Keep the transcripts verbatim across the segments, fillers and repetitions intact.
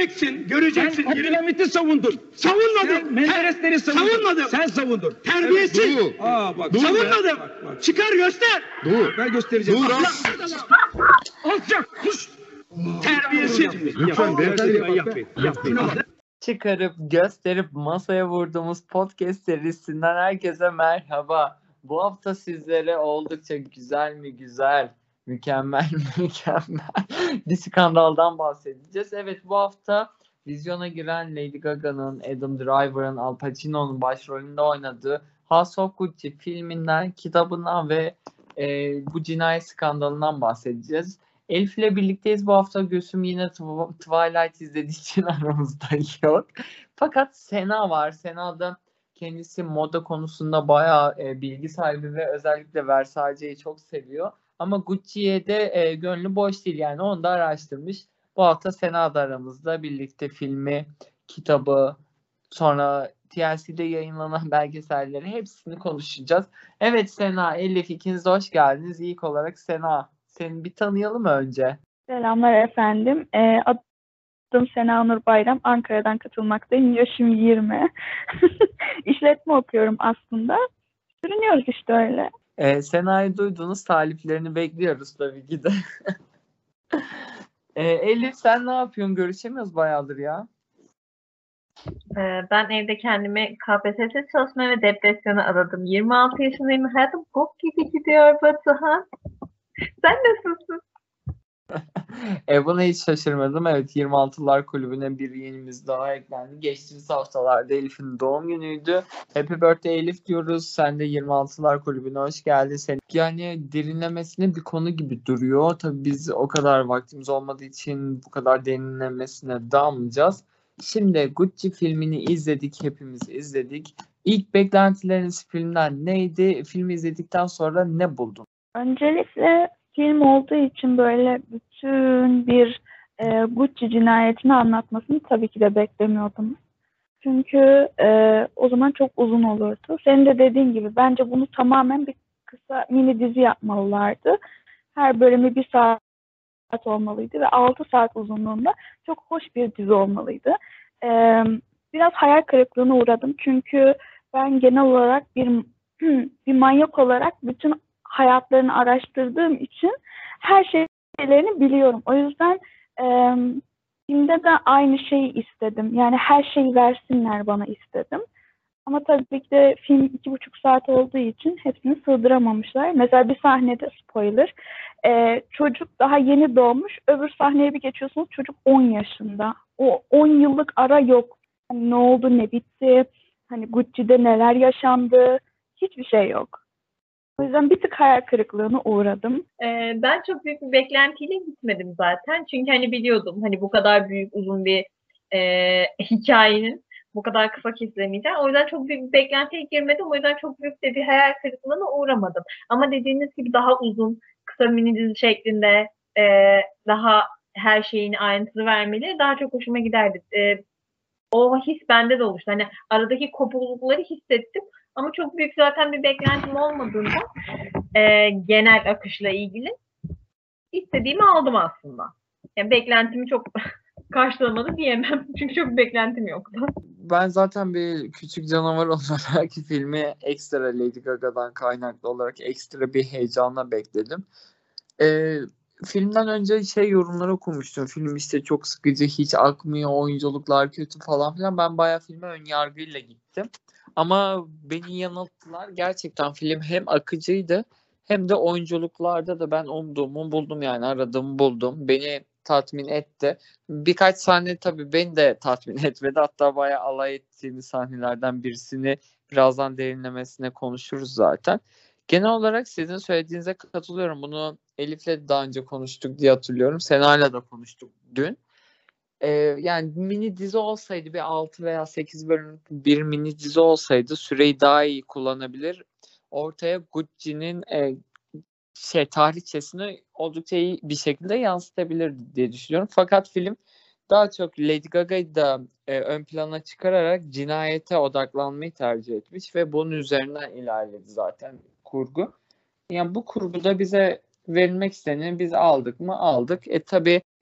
göreceksin, göreceksin. Sen Abdülhamit'i savundun. Savunmadım. Sen Menderesleri savundun. Savunmadım. Sen savundun. Terbiyesiz. Evet, Aa bak. Savunmadım. Bak, bak. Çıkar göster. Dur. Ben göstereceğim. Dur. Alçak. Kuş. Terbiyesiz. Lütfen beyefendi. Yapmayın. Yapmayın. Çıkarıp gösterip masaya vurduğumuz podcast serisinden herkese merhaba. Bu hafta sizlere oldukça güzel mi güzel, mükemmel mi mükemmel bir skandaldan bahsedeceğiz. Evet, bu hafta vizyona giren Lady Gaga'nın, Adam Driver'ın, Al Pacino'nun başrolünde oynadığı House of Gucci filminden, kitabından ve e, bu cinayet skandalından bahsedeceğiz. Elif ile birlikteyiz bu hafta. Gülsüm yine Twilight izlediği için aramızda yok. Fakat Sena var. Sena da kendisi moda konusunda bayağı e, bilgi sahibi ve özellikle Versace'yi çok seviyor. Ama Gucci'ye de e, gönlü boş değil, yani onu da araştırmış. Bu hafta Sena da aramızda. Birlikte filmi, kitabı, sonra T L C'de yayınlanan belgeselleri hepsini konuşacağız. Evet Sena, Elif, ikiniz de hoş geldiniz. İlk olarak Sena, seni bir tanıyalım önce. Selamlar efendim. Ee, adım Sena Nur Bayram. Ankara'dan katılmaktayım. Yaşım yirmi. İşletme okuyorum aslında. Sürünüyoruz işte öyle. Ee, Sena'yı duydunuz. Taliplerini bekliyoruz tabii ki de. ee, Elif, sen ne yapıyorsun? Görüşemiyoruz bayağıdır ya. Ee, Ben evde kendimi K P S S çalışma ve depresyona adadım. yirmi altı yaşındayım. Hayatım bok gibi gidiyor Batuhan. Sen nasılsın? E, buna hiç şaşırmadım. Evet, yirmi altılar kulübüne bir yenimiz daha eklendi. Geçtiğimiz haftalarda Elif'in doğum günüydü. Happy birthday Elif diyoruz. Sen de yirmi altılar kulübüne hoş geldin. Sen yani derinlemesine bir konu gibi duruyor. Tabii biz o kadar vaktimiz olmadığı için bu kadar derinlemesine dalmayacağız. Şimdi Gucci filmini izledik. Hepimiz izledik. İlk beklentileriniz filmden neydi? Filmi izledikten sonra ne buldun? Öncelikle film olduğu için böyle bütün bir e, Gucci cinayetini anlatmasını tabii ki de beklemiyordum. Çünkü e, o zaman çok uzun olurdu. Senin de dediğin gibi bence bunu tamamen bir kısa mini dizi yapmalılardı. Her bölümü bir saat olmalıydı ve altı saat uzunluğunda çok hoş bir dizi olmalıydı. E, biraz hayal kırıklığına uğradım. Çünkü ben genel olarak bir bir manyak olarak bütün hayatlarını araştırdığım için her şeylerini biliyorum. O yüzden e, filmde de aynı şeyi istedim. Yani her şeyi versinler bana istedim. Ama tabii ki de film iki buçuk saat olduğu için hepsini sığdıramamışlar. Mesela bir sahnede spoiler. E, çocuk daha yeni doğmuş. Öbür sahneye bir geçiyorsunuz, çocuk on yaşında. O on yıllık ara yok. Hani ne oldu, ne bitti? Hani Gucci'de neler yaşandı? Hiçbir şey yok. O yüzden bir tık hayal kırıklığına uğradım. Ee, ben çok büyük bir beklentiyle gitmedim zaten. Çünkü hani biliyordum hani bu kadar büyük uzun bir e, hikayenin bu kadar kısa kesilemeyeceğini. O yüzden çok büyük bir beklentiye girmedim. O yüzden çok büyük de bir hayal kırıklığına uğramadım. Ama dediğiniz gibi daha uzun, kısa mini dizi şeklinde e, daha her şeyini ayrıntılı vermeli daha çok hoşuma giderdi. E, o his bende de oluştu. Hani aradaki kopuklukları hissettim. Ama çok büyük zaten bir beklentim olmadığında e, genel akışla ilgili istediğimi aldım aslında. Yani beklentimi çok karşılamadı diyemem. Çünkü çok bir beklentim yoktu. Ben zaten bir küçük canavar olarak filmi ekstra Lady Gaga'dan kaynaklı olarak ekstra bir heyecanla bekledim. Ee, filmden önce şey yorumları okumuştum. Film işte çok sıkıcı, hiç akmıyor, oyunculuklar kötü falan filan. Ben bayağı filme ön yargıyla gittim. Ama beni yanılttılar. Gerçekten film hem akıcıydı hem de oyunculuklarda da ben umduğumu buldum, yani aradığımı buldum. Beni tatmin etti. Birkaç sahne tabii beni de tatmin etmedi. Hatta bayağı alay ettiğimiz sahnelerden birisini birazdan derinlemesine konuşuruz zaten. Genel olarak sizin söylediğinize katılıyorum. Bunu Elif'le daha önce konuştuk diye hatırlıyorum. Sena'yla da konuştuk dün. Ee, yani mini dizi olsaydı, bir altı veya sekiz bölümlük bir mini dizi olsaydı süreyi daha iyi kullanabilir. Ortaya Gucci'nin e, şey tarihçesini oldukça iyi bir şekilde yansıtabilirdi diye düşünüyorum. Fakat film daha çok Lady Gaga'yı da e, ön plana çıkararak cinayete odaklanmayı tercih etmiş ve bunun üzerinden ilerledi zaten kurgu. Yani bu kurguda bize verilmek isteneni biz aldık mı? Aldık. E tabii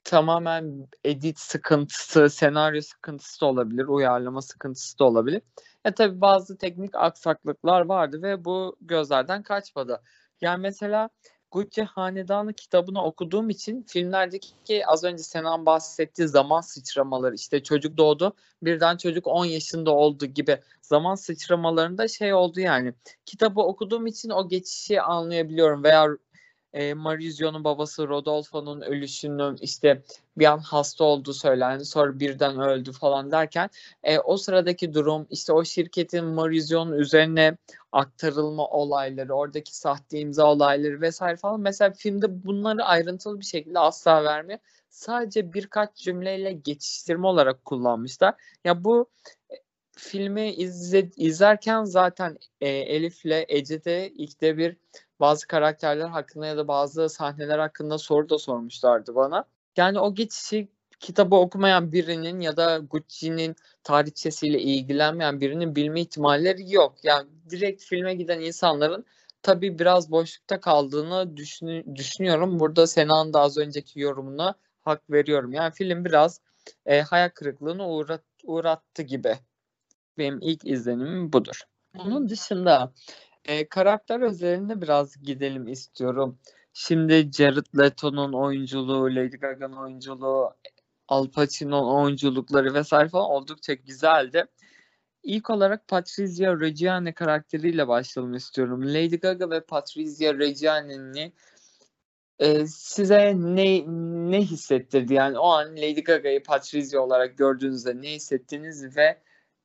tamamen edit sıkıntısı, senaryo sıkıntısı da olabilir, uyarlama sıkıntısı da olabilir. E tabii bazı teknik aksaklıklar vardı ve bu gözlerden kaçmadı. Yani mesela Gucci Hanedanı kitabını okuduğum için filmlerdeki az önce Senan bahsettiği zaman sıçramaları, işte çocuk doğdu birden çocuk on yaşında oldu gibi zaman sıçramalarında şey oldu yani. Kitabı okuduğum için o geçişi anlayabiliyorum veya e, Maurizio'nun babası Rodolfo'nun ölüşünü, işte bir an hasta olduğu söylendi, sonra birden öldü falan derken e, o sıradaki durum, işte o şirketin Maurizio'nun üzerine aktarılma olayları, oradaki sahte imza olayları vesaire falan, mesela filmde bunları ayrıntılı bir şekilde asla vermiyor. Sadece birkaç cümleyle geçiştirme olarak kullanmışlar. Ya bu e, filmi izle, izlerken zaten e, Elif'le Ece'de ilk de bir bazı karakterler hakkında ya da bazı sahneler hakkında soru da sormuşlardı bana. Yani o geçişi kitabı okumayan birinin ya da Gucci'nin tarihçesiyle ilgilenmeyen birinin bilme ihtimalleri yok. Yani direkt filme giden insanların tabii biraz boşlukta kaldığını düşün, düşünüyorum. Burada Sena'nın da az önceki yorumuna hak veriyorum. Yani film biraz e, hayal kırıklığına uğrat, uğrattı gibi. Benim ilk izlenimim budur. Onun dışında e, karakter özelinde biraz gidelim istiyorum. Şimdi Jared Leto'nun oyunculuğu, Lady Gaga'nın oyunculuğu, Al Pacino'nun oyunculukları vesaire falan oldukça güzeldi. İlk olarak Patrizia Reggiani karakteriyle başlayalım istiyorum. Lady Gaga ve Patrizia Reggiani'ni e, size ne ne hissettirdi? Yani o an Lady Gaga'yı Patrizia olarak gördüğünüzde ne hissettiniz ve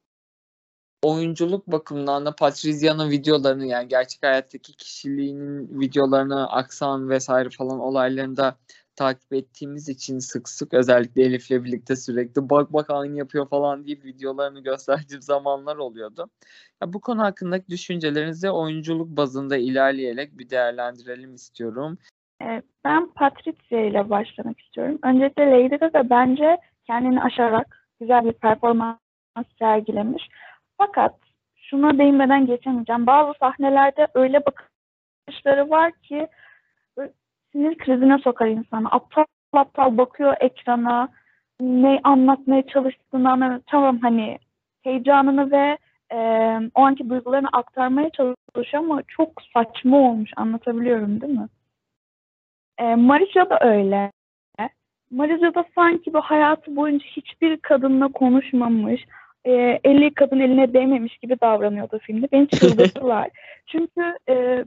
oyunculuk bakımından da Patrizia'nın videolarını, yani gerçek hayattaki kişiliğinin videolarını, aksan vesaire falan olaylarını da takip ettiğimiz için sık sık, özellikle Elif'le birlikte sürekli bak bak aynı yapıyor falan deyip videolarını gösterdiğim zamanlar oluyordu. Ya bu konu hakkındaki düşüncelerinizi oyunculuk bazında ilerleyerek bir değerlendirelim istiyorum. Ee, Ben Patrizia ile başlamak istiyorum. Öncelikle Lady Gaga bence kendini aşarak güzel bir performans sergilemiş. Fakat şuna değinmeden geçemeyeceğim. Bazı sahnelerde öyle bakışları var ki böyle sinir krizine sokar insanı. Aptal aptal bakıyor ekrana. Ne anlatmaya çalıştığını anlamıyor. Tamam, hani heyecanını ve e, o anki duygularını aktarmaya çalışıyor ama çok saçma olmuş. Anlatabiliyorum değil mi? E, Marisha da öyle. Marisha da sanki bu hayatı boyunca hiçbir kadınla konuşmamış, e, eli kadın eline değmemiş gibi davranıyordu filmde. Beni çıldırttılar. Çünkü e,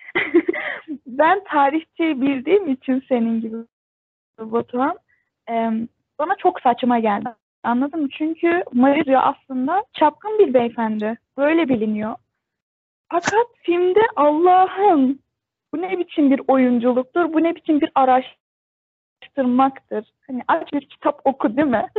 ben tarihçeyi bildiğim için senin gibi Batuhan, e, bana çok saçma geldi. Anladın mı? Çünkü Marisha aslında çapkın bir beyefendi. Böyle biliniyor. Fakat filmde Allah'ım, bu ne biçim bir oyunculuktur, bu ne biçim bir araştırmaktır. Hani aç bir kitap oku değil mi?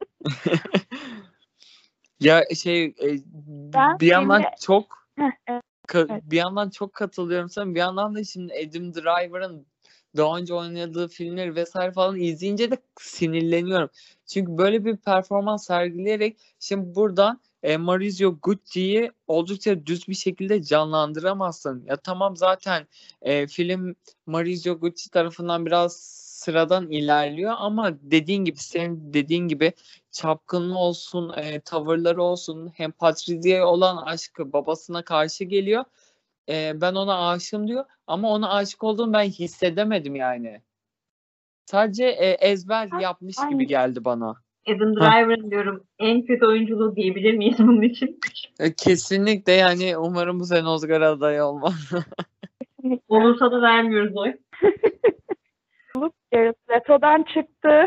Ya şey e, Ben bir yandan filmde... çok Heh, evet. ka- Evet. bir yandan çok katılıyorum sana. Bir yandan da şimdi Adam Driver'ın daha önce oynadığı filmleri vesaire falan izleyince de sinirleniyorum. Çünkü böyle bir performans sergileyerek şimdi buradan e, Maurizio Gucci'yi oldukça düz bir şekilde canlandıramazsın. Ya tamam, zaten e, film Maurizio Gucci tarafından biraz sıradan ilerliyor ama dediğin gibi, senin dediğin gibi çapkınlığı olsun, e, tavırları olsun, hem Patrizia'ya olan aşkı, babasına karşı geliyor. E, ben ona aşığım diyor ama ona aşık olduğumu ben hissedemedim yani. Sadece e, ezber yapmış Aynen. gibi geldi bana. Adam Driver'ın diyorum en kötü oyunculuğu diyebilir miyiz bunun için? E, kesinlikle, yani umarım bu sene Oscar adayı olmaz. Kesinlikle. Olursa da vermiyoruz oy. Jared Leto'dan çıktı.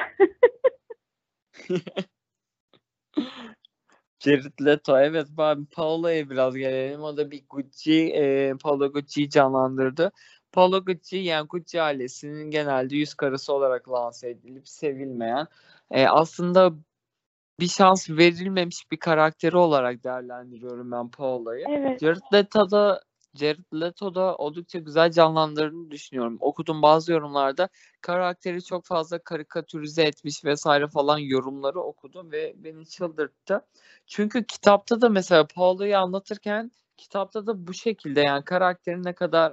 Jared Leto, evet. Ben Paolo'ya biraz gelelim. O da bir Gucci, e, Paolo Gucci'yi canlandırdı. Paolo Gucci, yani Gucci ailesinin genelde yüz karası olarak lanse edilip sevilmeyen, e, aslında bir şans verilmemiş bir karakteri olarak değerlendiriyorum ben Paolo'yu. Evet. Jared Leto'da Jared Leto'da oldukça güzel canlandırdığını düşünüyorum. Okuduğum bazı yorumlarda karakteri çok fazla karikatürize etmiş vesaire falan yorumları okudum ve beni çıldırttı. Çünkü kitapta da mesela Paolo'yu anlatırken kitapta da bu şekilde, yani karakterin ne kadar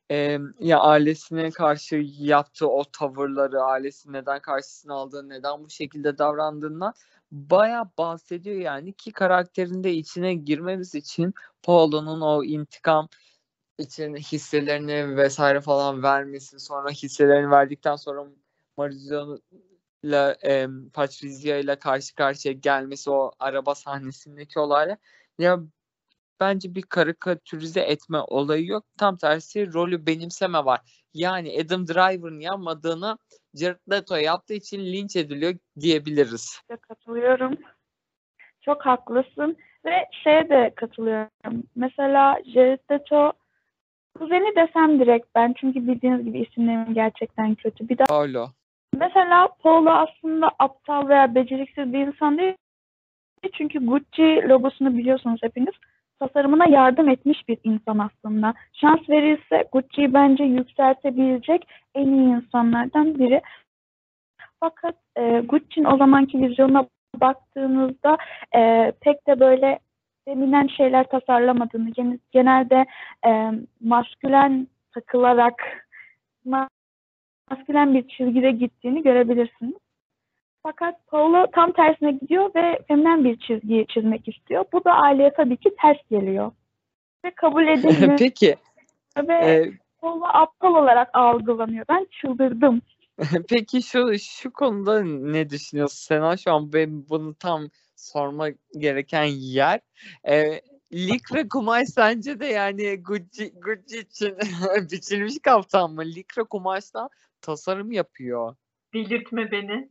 e, ya ailesine karşı yaptığı o tavırları, ailesi neden karşısına aldığı, neden bu şekilde davrandığından bayağı bahsediyor yani ki karakterinde içine girmemiz için Paolo'nun o intikam için hisselerini vesaire falan vermesi, sonra hisselerini verdikten sonra Maurizio ile e, Patrizia ile karşı karşıya gelmesi, o araba sahnesindeki olayla ya bence bir karikatürize etme olayı yok. Tam tersi rolü benimseme var. Yani Adam Driver'ın yapmadığını Jared Leto yaptığı için linç ediliyor diyebiliriz. Katılıyorum. Çok haklısın ve şeye de katılıyorum. Mesela Jared Leto kuzeni desem direkt ben çünkü bildiğiniz gibi isimlerim gerçekten kötü. Bir de Paolo. mesela Paolo aslında aptal veya beceriksiz bir insan değil. Çünkü Gucci logosunu biliyorsunuz hepiniz. Tasarımına yardım etmiş bir insan aslında. Şans verilse Gucci'yi bence yükseltebilecek en iyi insanlardan biri. Fakat e, Gucci'nin o zamanki vizyonuna baktığınızda e, pek de böyle feminen şeyler tasarlamadığını, gen- genelde e, maskülen takılarak maskülen bir çizgide gittiğini görebilirsiniz. Fakat Paolo tam tersine gidiyor ve feminen bir çizgi çizmek istiyor. Bu da aileye tabii ki ters geliyor. Ve kabul edilmiyor. Peki. Ve e, Paolo aptal olarak algılanıyor. Ben çıldırdım. Peki şu şu konuda ne düşünüyorsun Sena? Şu an benim bunu tam sorma gereken yer. E, Likra kumaş sence de yani Gucci, Gucci için biçilmiş kaftan mı? Likra kumaştan tasarım yapıyor. Delirtme beni.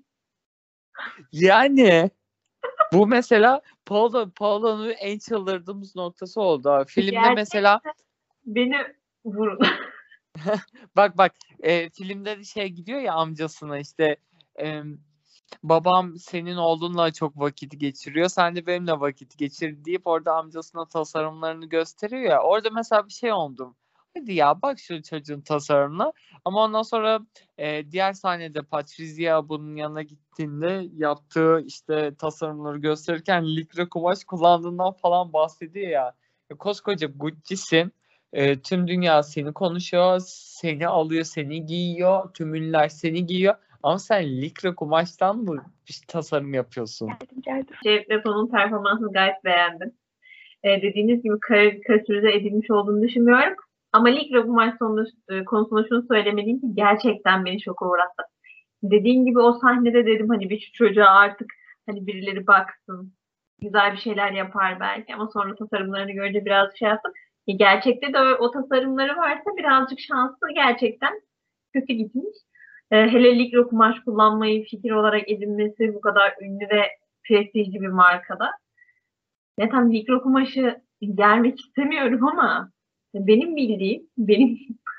Yani bu mesela Paolo, Paolo'nun en çıldırdığımız noktası oldu. Filmde Gerçekten mesela beni vurun. bak bak e, filmde de şey gidiyor ya amcasına işte e, babam senin oğlunla çok vakit geçiriyor. Sen de benimle vakit geçir deyip orada amcasına tasarımlarını gösteriyor ya. Orada mesela bir şey oldum. Hadi ya bak şu çocuğun tasarımına. Ama ondan sonra e, diğer sahnede Patrizia bunun yanına gittiğinde yaptığı işte tasarımları gösterirken likra kumaş kullandığından falan bahsediyor ya. ya koskoca Gucci'sin. E, tüm dünya seni konuşuyor. Seni alıyor, seni giyiyor. Tüm ünlüler seni giyiyor. Ama sen likra kumaştan mı bir tasarım yapıyorsun? Geldim geldim. Jared Leto'nun performansını gayet beğendim. Ee, dediğiniz gibi karikatürize edilmiş olduğunu düşünmüyorum. Ama Likra kumaş konusunda şunu söylemeliyim ki gerçekten beni şoka uğrattı. Dediğim gibi o sahnede dedim hani bir şu çocuğa artık hani birileri baksın. Güzel bir şeyler yapar belki ama sonra tasarımlarını görünce biraz şey yaptım. E, gerçekte de o, o tasarımları varsa birazcık şanslı gerçekten kötü gitmiş. E, hele Likra kumaş kullanmayı fikir olarak edinmesi bu kadar ünlü ve prestijli bir markada. Ya tam mikro kumaşı germek istemiyorum ama benim bildiğim, benim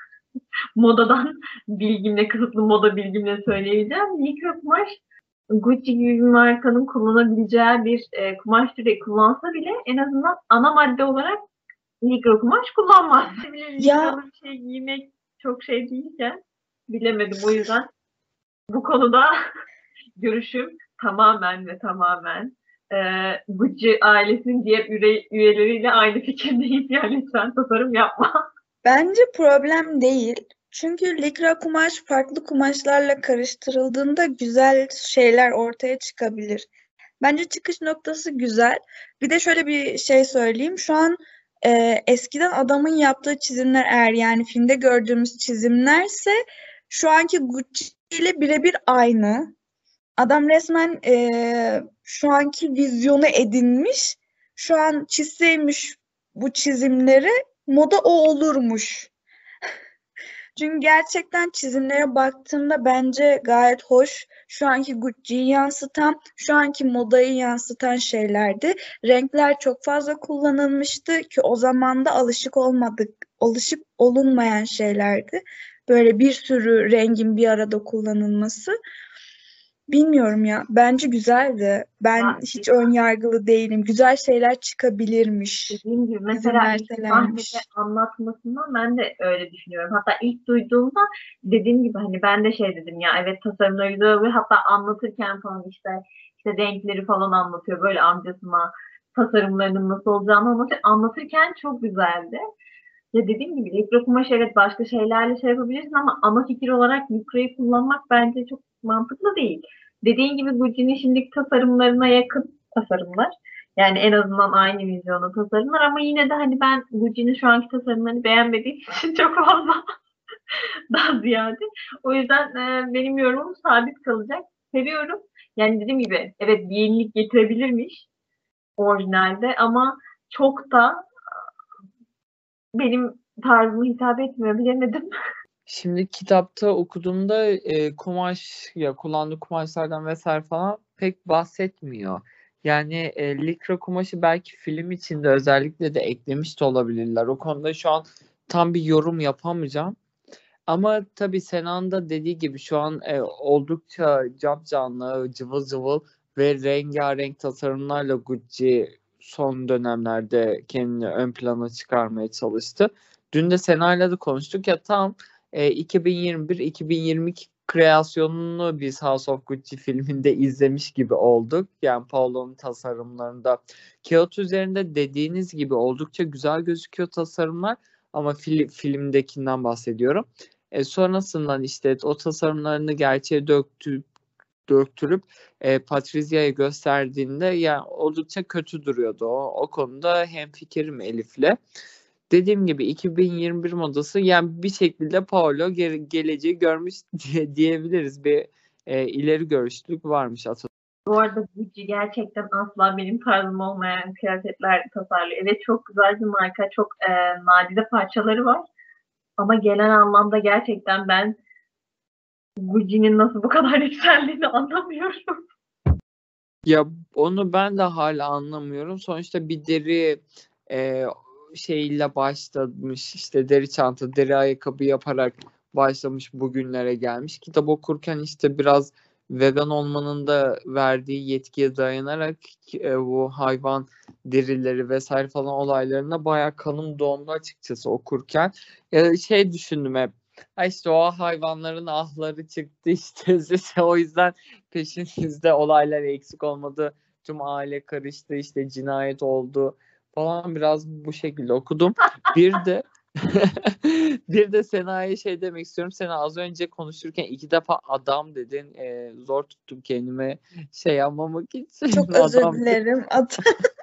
modadan bilgimle, kısıtlı moda bilgimle söyleyeceğim. Mikro kumaş Gucci gibi bir markanın kullanabileceği bir e, kumaş türü kullansa bile en azından ana madde olarak mikro kumaş kullanmaz. Ya bir şey giymek çok şey değilken bilemedim o yüzden. Bu konuda görüşüm tamamen ve tamamen e, Gucci ailesinin diğer üye, üyeleriyle aynı fikirdeyim. Yani lütfen tasarım yapma. Bence problem değil. Çünkü likra kumaş farklı kumaşlarla karıştırıldığında güzel şeyler ortaya çıkabilir. Bence çıkış noktası güzel. Bir de şöyle bir şey söyleyeyim. Şu an e, eskiden adamın yaptığı çizimler eğer yani filmde gördüğümüz çizimlerse şu anki Gucci ile birebir aynı. Adam resmen e, şu anki vizyonu edinmiş. Şu an çizseymiş bu çizimleri moda o olurmuş. Çünkü gerçekten çizimlere baktığımda bence gayet hoş. Şu anki Gucci'yi yansıtan, şu anki modayı yansıtan şeylerdi. Renkler çok fazla kullanılmıştı ki o zaman da alışık olmadık, alışık olunmayan şeylerdi. Böyle bir sürü rengin bir arada kullanılması. Bilmiyorum ya. Bence güzeldi. Ben Ya, hiç ön yargılı değilim. Güzel şeyler çıkabilirmiş. Dediğim gibi İzin mesela ilk verselermiş. sahnede anlatmasından ben de öyle düşünüyorum. Hatta ilk duyduğumda dediğim gibi hani ben de şey dedim ya evet tasarımları güzel ve hatta anlatırken falan işte işte renkleri falan anlatıyor böyle amcasına tasarımlarının nasıl olacağını anlatıyor. Anlatırken çok güzeldi. Ya dediğim gibi likra kumaş evet başka şeylerle şey yapabilirsin ama ana fikir olarak likrayı kullanmak bence çok mantıklı değil. Dediğin gibi Gucci'nin şimdiki tasarımlarına yakın tasarımlar. Yani en azından aynı vizyonda tasarımlar ama yine de hani ben Gucci'nin şu anki tasarımlarını beğenmediğim için çok fazla daha ziyade. O yüzden e, benim yorumum sabit kalacak. Seviyorum. Yani dediğim gibi evet bir yenilik getirebilirmiş orijinalde ama çok da benim tarzıma hitap etmiyor bilemedim. Şimdi kitapta okuduğumda e, kumaş ya kullandığı kumaşlardan vesaire falan pek bahsetmiyor. Yani e, likra kumaşı belki film içinde özellikle de eklemiş de olabilirler. O konuda şu an tam bir yorum yapamayacağım. Ama tabii Sena'nın da dediği gibi şu an e, oldukça capcanlı, cıvıl cıvıl ve rengarenk tasarımlarla Gucci son dönemlerde kendini ön plana çıkarmaya çalıştı. Dün de Sena'yla da konuştuk ya tam e, iki bin yirmi bir iki bin yirmi iki kreasyonunu biz House of Gucci filminde izlemiş gibi olduk. Yani Paolo'nun tasarımlarında kağıt üzerinde dediğiniz gibi oldukça güzel gözüküyor tasarımlar ama fil, filmdekinden bahsediyorum. E, sonrasından işte o tasarımlarını gerçeğe döktü, döktürüp e, Patrizia'ya gösterdiğinde yani oldukça kötü duruyordu o. O konuda hemfikirim Elif'le. Dediğim gibi iki bin yirmi bir modası yani bir şekilde Paolo ge- geleceği görmüş diye, diyebiliriz. Bir e, ileri görüşlülük varmış aslında. Bu arada Gucci gerçekten asla benim tarzım olmayan kıyafetler tasarlıyor. Evet çok güzel bir marka, çok e, nadide parçaları var. Ama genel anlamda gerçekten ben Gucci'nin nasıl bu kadar yükseldiğini anlamıyorum. Ya onu ben de hala anlamıyorum. Sonuçta bir deri e, şeyle başlamış işte deri çanta, deri ayakkabı yaparak başlamış bugünlere gelmiş. Kitap okurken işte biraz vegan olmanın da verdiği yetkiye dayanarak e, bu hayvan derileri vesaire falan olaylarına bayağı kanım dondu açıkçası okurken. Ya şey düşündüm hep. Ha işte o hayvanların ahları çıktı işte size o yüzden peşinizde olaylar eksik olmadı. Tüm aile karıştı işte cinayet oldu falan biraz bu şekilde okudum. Bir de bir de Sena'ya şey demek istiyorum. Sena az önce konuşurken iki defa adam dedin. Ee, zor tuttum kendime şey yapmamak için. Çok özür Adam dilerim. At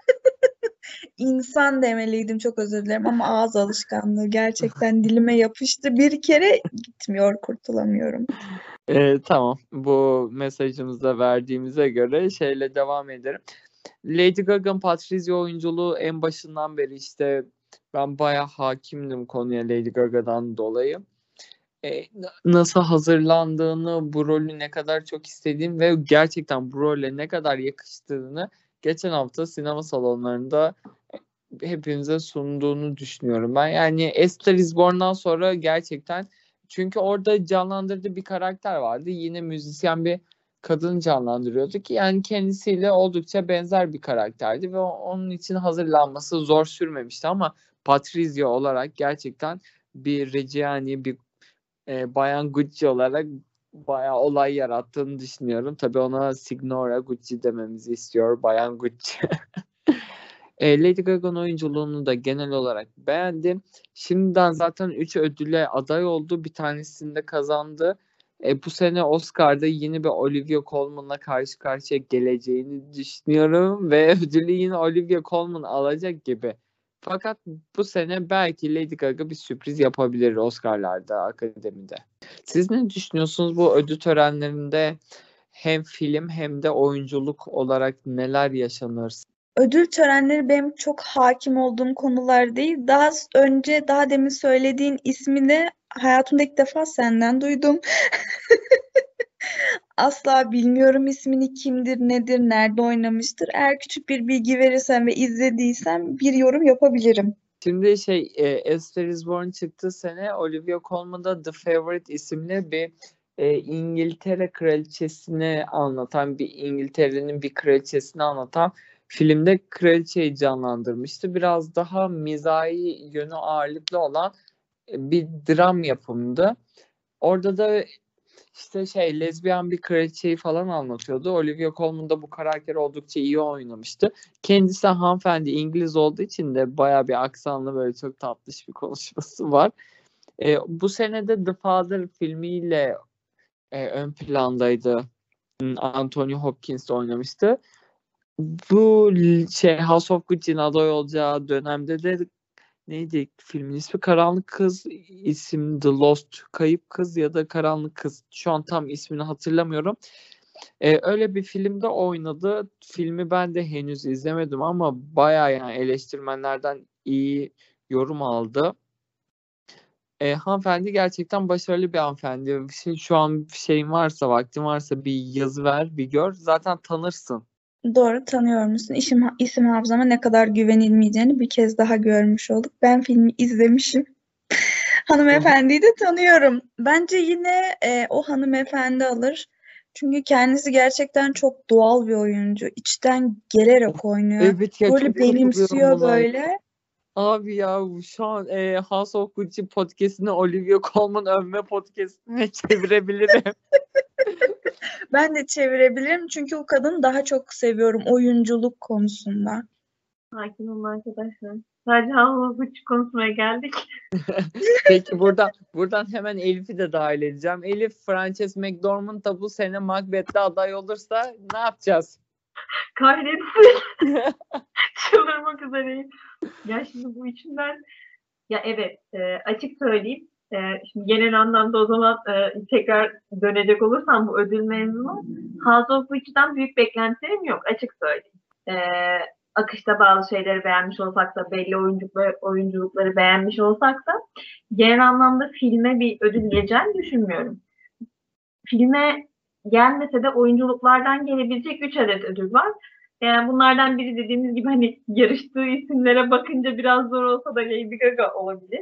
İnsan demeliydim. Çok özür dilerim ama ağız alışkanlığı gerçekten dilime yapıştı. Bir kere gitmiyor, kurtulamıyorum. Ee, tamam. Bu mesajımızı da verdiğimize göre şeyle devam ederim. Lady Gaga'nın Patrizia oyunculuğu en başından beri işte ben bayağı hakimdim konuya Lady Gaga'dan dolayı. Ee, nasıl hazırlandığını, bu rolü ne kadar çok istediğim ve gerçekten bu role ne kadar yakıştığını geçen hafta sinema salonlarında hepinize sunduğunu düşünüyorum ben. Yani A Star is Born'dan sonra gerçekten çünkü orada canlandırdığı bir karakter vardı. Yine müzisyen bir kadın canlandırıyordu ki yani kendisiyle oldukça benzer bir karakterdi ve onun için hazırlanması zor sürmemişti ama Patrizia olarak gerçekten bir Reggiani, bir e, Bayan Gucci olarak bayağı olay yarattığını düşünüyorum. Tabii ona Signora Gucci dememizi istiyor Bayan Gucci. E, Lady Gaga'nın oyunculuğunu da genel olarak beğendim. Şimdiden zaten üç ödüle aday oldu. Bir tanesini de kazandı. E, bu sene Oscar'da yeni bir Olivia Colman'la karşı karşıya geleceğini düşünüyorum ve ödülü yine Olivia Colman alacak gibi. Fakat bu sene belki Lady Gaga bir sürpriz yapabilir Oscar'larda, akademide. Siz ne düşünüyorsunuz bu ödül törenlerinde hem film hem de oyunculuk olarak neler yaşanır? Ödül törenleri benim çok hakim olduğum konular değil. Daha önce, daha demin söylediğin ismini hayatımda ilk defa senden duydum. Asla bilmiyorum ismini, kimdir, nedir, nerede oynamıştır. Eğer küçük bir bilgi verirsen ve izlediysem bir yorum yapabilirim. Şimdi şey e, A Star is Born çıktığı sene Olivia Colman'da The Favourite isimli bir e, İngiltere kraliçesini anlatan bir İngiltere'nin bir kraliçesini anlatan filmde kraliçeyi canlandırmıştı. Biraz daha mizahi yönü ağırlıklı olan e, bir dram yapımdı. Orada da işte şey lezbiyen bir kraliçeyi falan anlatıyordu. Olivia Colman da bu karakteri oldukça iyi oynamıştı. Kendisi hanımefendi İngiliz olduğu için de bayağı bir aksanlı böyle çok tatlış bir konuşması var. E, bu senede The Father filmiyle e, ön plandaydı. Anthony Hopkins oynamıştı. Bu şey House of Gucci'nin aday olacağı dönemde de neydi filmin ismi? Karanlık Kız isim The Lost. Kayıp Kız ya da Karanlık Kız. Şu an tam ismini hatırlamıyorum. Ee, öyle bir filmde oynadı. Filmi ben de henüz izlemedim ama bayağı yani eleştirmenlerden iyi yorum aldı. Ee, hanımefendi gerçekten başarılı bir hanımefendi. Şey, şu an şeyin varsa, vaktin varsa bir yazı ver, bir gör. Zaten tanırsın. Doğru, tanıyor musun? İsim, isim hafızama ne kadar güvenilmeyeceğini bir kez daha görmüş olduk. Ben filmi izlemişim. Hanımefendiyi de tanıyorum. Bence yine e, o hanımefendi alır. Çünkü kendisi gerçekten çok doğal bir oyuncu. İçten gelerek oynuyor. Evet ya, Böyle çok katılıyorum benimsiyor buna. böyle. Abi ya şu an e, House of Gucci podcast'ini Olivia Colman övme podcast'ine çevirebilirim. Ben de çevirebilirim çünkü o kadını daha çok seviyorum oyunculuk konusunda. Sakin olun arkadaşlar. Sadece House of Gucci konuşmaya geldik. Peki buradan buradan hemen Elif'i de dahil edeceğim. Elif, Frances McDormand da bu sene Macbeth'te aday olursa ne yapacağız? Kahretsin. Çıldırmak üzereyim. Ya şimdi bu içinden ya evet e, açık söyleyeyim. E, şimdi genel anlamda o zaman e, tekrar dönecek olursam bu ödül mevzunu House of Gucci'den büyük beklentilerim yok. Açık söyleyeyim. E, akışta bazı şeyleri beğenmiş olsak da belli oyunculukları, oyunculukları beğenmiş olsak da genel anlamda filme bir ödül geleceğini düşünmüyorum. Filme gelmese de oyunculuklardan gelebilecek üç adet ödül var. Yani bunlardan biri dediğimiz gibi hani yarıştığı isimlere bakınca biraz zor olsa da Lady Gaga olabilir.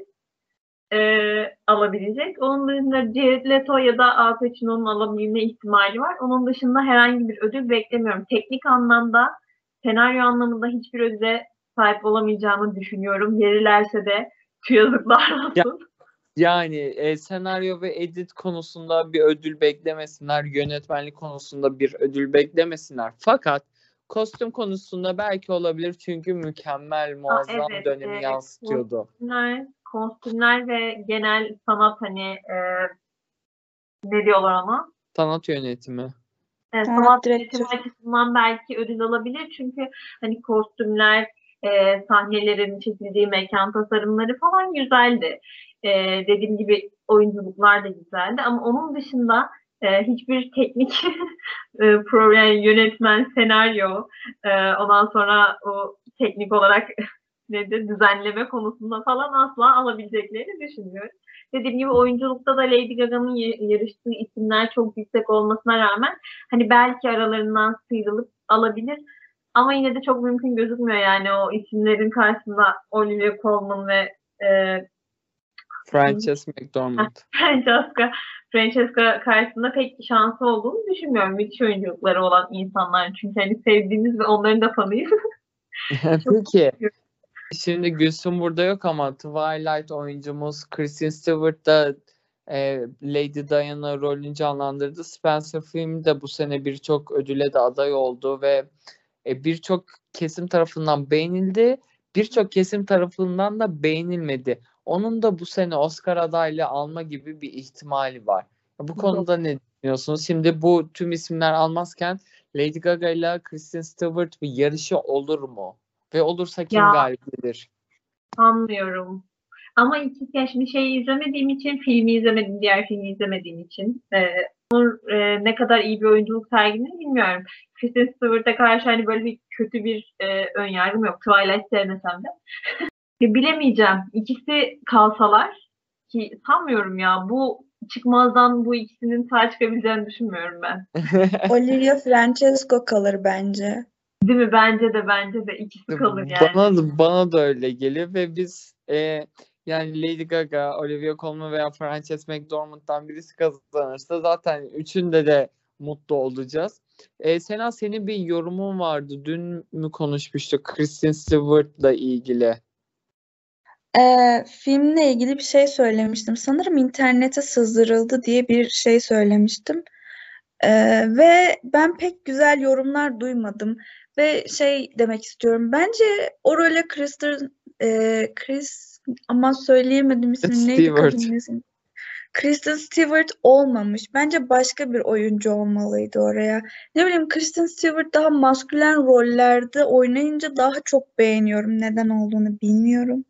Ee, alabilecek. Onun dışında Jared Leto ya da Al Pacino'nun alabilme ihtimali var. Onun dışında herhangi bir ödül beklemiyorum. Teknik anlamda, senaryo anlamında hiçbir ödüle sahip olamayacağını düşünüyorum. Verirlerse de tüy yazıklar olsun. Yani e, senaryo ve edit konusunda bir ödül beklemesinler. Yönetmenlik konusunda bir ödül beklemesinler. Fakat kostüm konusunda belki olabilir çünkü mükemmel, muazzam evet, dönemi evet. yansıtıyordu. Kostümler, kostümler ve genel sanat hani e, ne diyorlar ona? Sanat yönetimi. E, Sanat sanat direktör. yönetimi açısından belki ödül alabilir çünkü hani kostümler, e, sahnelerin çekildiği mekan tasarımları falan güzeldi. E, dediğim gibi oyunculuklar da güzeldi ama onun dışında e, hiçbir teknik e, problem, yönetmen, senaryo, e, ondan sonra o teknik olarak nedir düzenleme konusunda falan asla alabileceklerini düşünmüyorum. Dediğim gibi oyunculukta da Lady Gaga'nın yarıştığı isimler çok yüksek olmasına rağmen hani belki aralarından sıyrılıp alabilir. Ama yine de çok mümkün gözükmüyor yani o isimlerin karşısında Olivia Colman ve e, Frances McDormand. Francesca, Francesca karşısında pek şansı olduğunu düşünmüyorum. Müthiş oyunculukları olan insanlar. Çünkü hani sevdiğimiz ve onların da fanıyız. Peki. Şimdi Gülsüm burada yok ama Twilight oyuncumuz Kristen Stewart da e, Lady Diana rolünü canlandırdı. Spencer film de bu sene birçok ödüle de aday oldu ve e, birçok kesim tarafından beğenildi. Birçok kesim tarafından da beğenilmedi. Onun da bu sene Oscar adaylığı alma gibi bir ihtimali var. Bu konuda ne düşünüyorsunuz? Şimdi bu tüm isimler almazken Lady Gaga ile Kristen Stewart bir yarışı olur mu? Ve olursa kim Ya. galip gelir? Sanmıyorum. Ama ikisi ya şimdi şeyi izlemediğim için, filmi izlemedim, diğer filmi izlemediğim için e, onun e, ne kadar iyi bir oyunculuk sergilediğini bilmiyorum. Kristen Stewart'a karşı hani böyle bir kötü bir e, ön yargım yok. Twilight sevmesem de. Bilemeyeceğim. İkisi kalsalar ki sanmıyorum ya. Bu çıkmazdan bu ikisinin sağ çıkabileceğini düşünmüyorum ben. Olivia Francesco kalır bence. Değil mi? Bence de bence de ikisi kalır yani. Bana da, bana da öyle geliyor ve biz e, yani Lady Gaga, Olivia Colman veya Frances McDormand'dan birisi kazanırsa zaten üçünde de mutlu olacağız. E, Sena, senin bir yorumun vardı. Dün mü konuşmuştuk Kristen Stewart'la ilgili? Ee, filmle ilgili bir şey söylemiştim. Sanırım internete sızdırıldı diye bir şey söylemiştim. Ee, ve ben pek güzel yorumlar duymadım. Ve şey demek istiyorum. Bence o role Kristen, e, Chris ama söyleyemedim ismini. Neydi Stewart. kadının ismi? Kristen Stewart olmamış. Bence başka bir oyuncu olmalıydı oraya. Ne bileyim Kristen Stewart daha maskülen rollerde oynayınca daha çok beğeniyorum. Neden olduğunu bilmiyorum.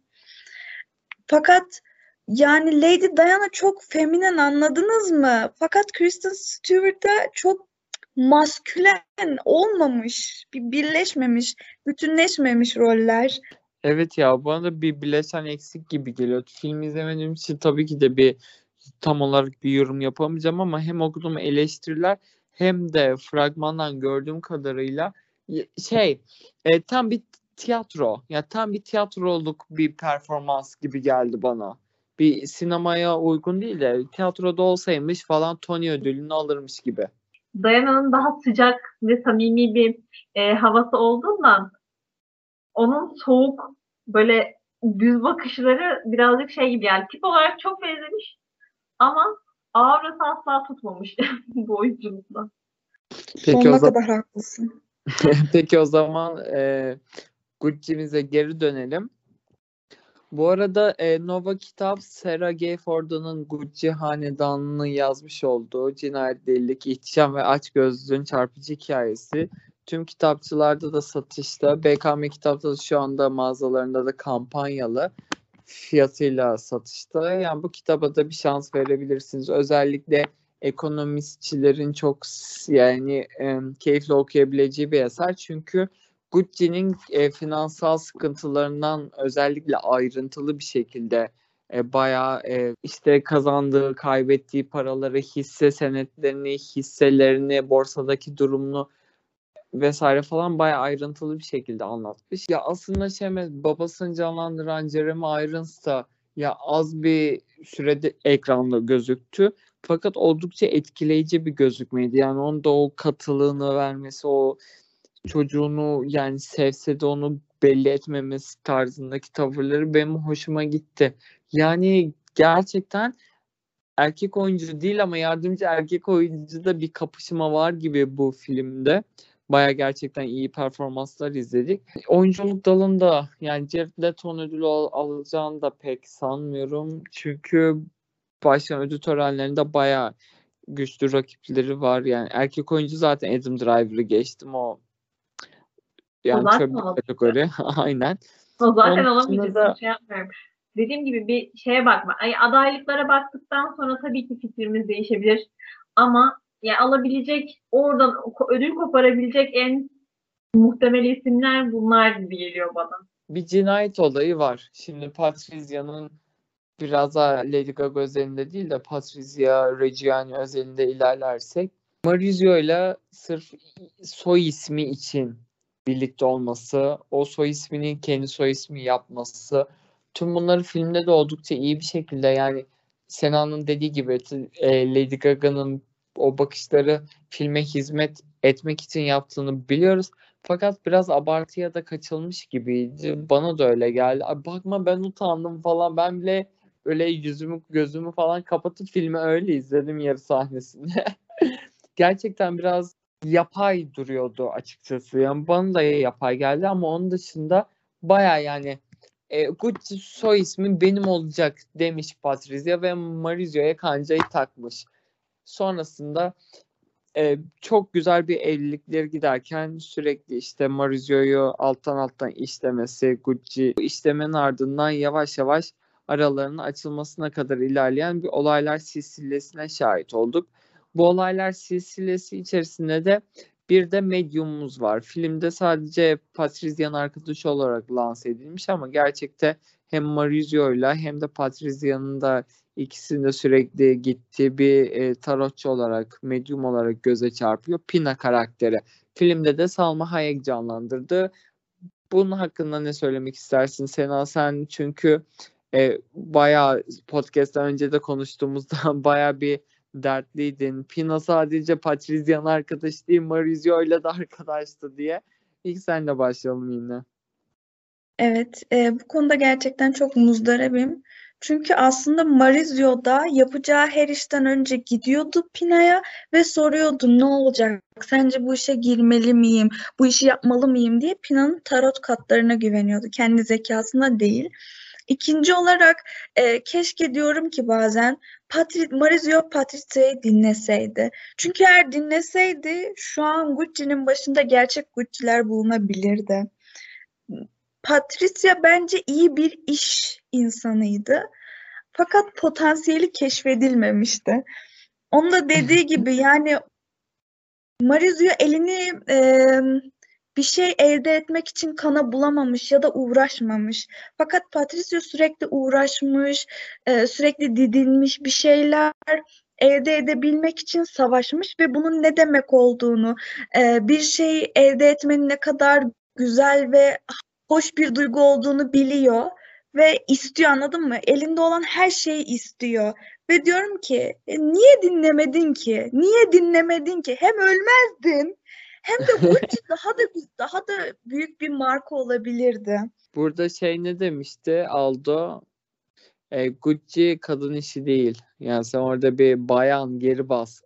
Fakat yani Lady Diana çok feminen anladınız mı? Fakat Kristen Stewart da çok maskülen olmamış, bir birleşmemiş, bütünleşmemiş roller. Evet ya, bana da bir bileşen eksik gibi geliyor. Film izlemediğim için tabii ki de bir tam olarak bir yorum yapamayacağım ama hem okuduğum eleştiriler hem de fragmandan gördüğüm kadarıyla y- şey e, tam bir tiyatro, ya tam bir tiyatroluk bir performans gibi geldi bana. Bir sinemaya uygun değil de tiyatroda olsaymış falan Tony ödülünü alırmış gibi. Diana'nın daha sıcak ve samimi bir e, havası olduğundan onun soğuk böyle düz bakışları birazcık şey gibi yani tip olarak çok benzemiş ama aurası asla tutmamış bu oyunculukla. Peki o Sonuna zaman kadar haklısın. peki o zaman e, Gucci'mize geri dönelim. Bu arada e, Nova Kitap, Sarah Gayford'un Gucci hanedanını yazmış olduğu cinayet, delilik, ihtişam ve açgözlülüğün çarpıcı hikayesi. Tüm kitapçılarda da satışta. B K M Kitap'ta da şu anda mağazalarında da kampanyalı fiyatıyla satışta. Yani bu kitaba da bir şans verebilirsiniz. Özellikle ekonomistçilerin çok s- yani e, keyifle okuyabileceği bir eser. Çünkü Gucci'nin e, finansal sıkıntılarından özellikle ayrıntılı bir şekilde e, bayağı e, işte kazandığı, kaybettiği paraları, hisse senetlerini, hisselerini, borsadaki durumunu vesaire falan bayağı ayrıntılı bir şekilde anlatmış. Ya aslında şey, babasını canlandıran Jeremy Irons da ya az bir sürede ekranda gözüktü. Fakat oldukça etkileyici bir gözükmeydi. Yani onun da o katılığını vermesi, o çocuğunu yani sevse de onu belli etmemesi tarzındaki tavırları benim hoşuma gitti. Yani gerçekten erkek oyuncu değil ama yardımcı erkek oyuncuda bir kapışma var gibi bu filmde. Baya gerçekten iyi performanslar izledik. Oyunculuk dalında yani Jared Leto'nun ödülü al- alacağını da pek sanmıyorum. Çünkü başkan ödül törenlerinde baya güçlü rakipleri var. Yani erkek oyuncu zaten Adam Driver'ı geçtim, o O yani zaten çöp bir alamayacak. kategori. Aynen. O zaten Onun alamayacak. dışında da Şey yapmıyorum. Dediğim gibi bir şeye bakma. Ay, adaylıklara baktıktan sonra tabii ki fikrimiz değişebilir. Ama ya alabilecek, oradan ko- ödül koparabilecek en muhtemel isimler bunlar gibi geliyor bana. bir cinayet olayı var. Şimdi Patrizia'nın biraz daha Lady Gaga özelinde değil de Patrizia Reggiani özelinde ilerlersek, Maurizio ile sırf soy ismi için birlikte olması, o soy isminin kendi soy ismi yapması, tüm bunları filmde de oldukça iyi bir şekilde, yani Sena'nın dediği gibi e, Lady Gaga'nın o bakışları filme hizmet etmek için yaptığını biliyoruz. Fakat biraz abartıya da kaçılmış gibiydi. Bana da öyle geldi. Ay bakma ben utandım falan. Ben bile öyle yüzümü gözümü falan kapatıp filmi öyle izledim yarı sahnesinde. Gerçekten biraz yapay duruyordu açıkçası. Yani bana da yapay geldi ama onun dışında baya yani e, Gucci soy ismi benim olacak demiş Patrizia ve Maurizio'ya kancayı takmış. Sonrasında e, çok güzel bir evlilikleri giderken sürekli işte Maurizio'yu alttan alttan işlemesi, Gucci işlemenin ardından yavaş yavaş aralarının açılmasına kadar ilerleyen bir olaylar silsilesine şahit olduk. Bu olaylar silsilesi içerisinde de bir de medyumumuz var. Filmde sadece Patrizia'nın arkadaşı olarak lanse edilmiş ama gerçekte hem Maurizio'yla hem de Patrizia'nın da İkisinde sürekli gittiği bir e, tarotçu olarak, medyum olarak göze çarpıyor. Pina karakteri. Filmde de Salma Hayek canlandırdı. Bunun hakkında ne söylemek istersin Sena? Sen çünkü e, bayağı podcast'ten önce de konuştuğumuzda bayağı bir dertliydin. Pina sadece Patrizia'nın arkadaş değil, Maurizio ile de arkadaştı diye. İlk senle başlayalım yine. Evet, e, bu konuda gerçekten çok muzdaribim. Çünkü aslında Maurizio da yapacağı her işten önce gidiyordu Pina'ya ve soruyordu ne olacak? Sence bu işe girmeli miyim? Bu işi yapmalı mıyım diye Pina'nın tarot kartlarına güveniyordu. Kendi zekasına değil. İkinci olarak e, keşke diyorum ki bazen Patri Maurizio Patrizio'yu dinleseydi. Çünkü eğer dinleseydi şu an Gucci'nin başında gerçek Gucci'ler bulunabilirdi. Patricia bence iyi bir iş insanıydı. Fakat potansiyeli keşfedilmemişti. Onun da dediği gibi yani Maurizio elini e, bir şey elde etmek için kana bulamamış ya da uğraşmamış. Fakat Patricia sürekli uğraşmış, e, sürekli didinmiş, bir şeyler elde edebilmek için savaşmış ve bunun ne demek olduğunu, e, bir şey elde etmenin ne kadar güzel ve hoş bir duygu olduğunu biliyor ve istiyor, anladın mı? Elinde olan her şeyi istiyor. Ve diyorum ki "E, niye dinlemedin ki? Niye dinlemedin ki? Hem ölmezdin hem de Gucci daha da daha da büyük bir marka olabilirdi." Burada şey ne demişti Aldo? E, Gucci kadın işi değil. Yani sen orada bir bayan geri bas.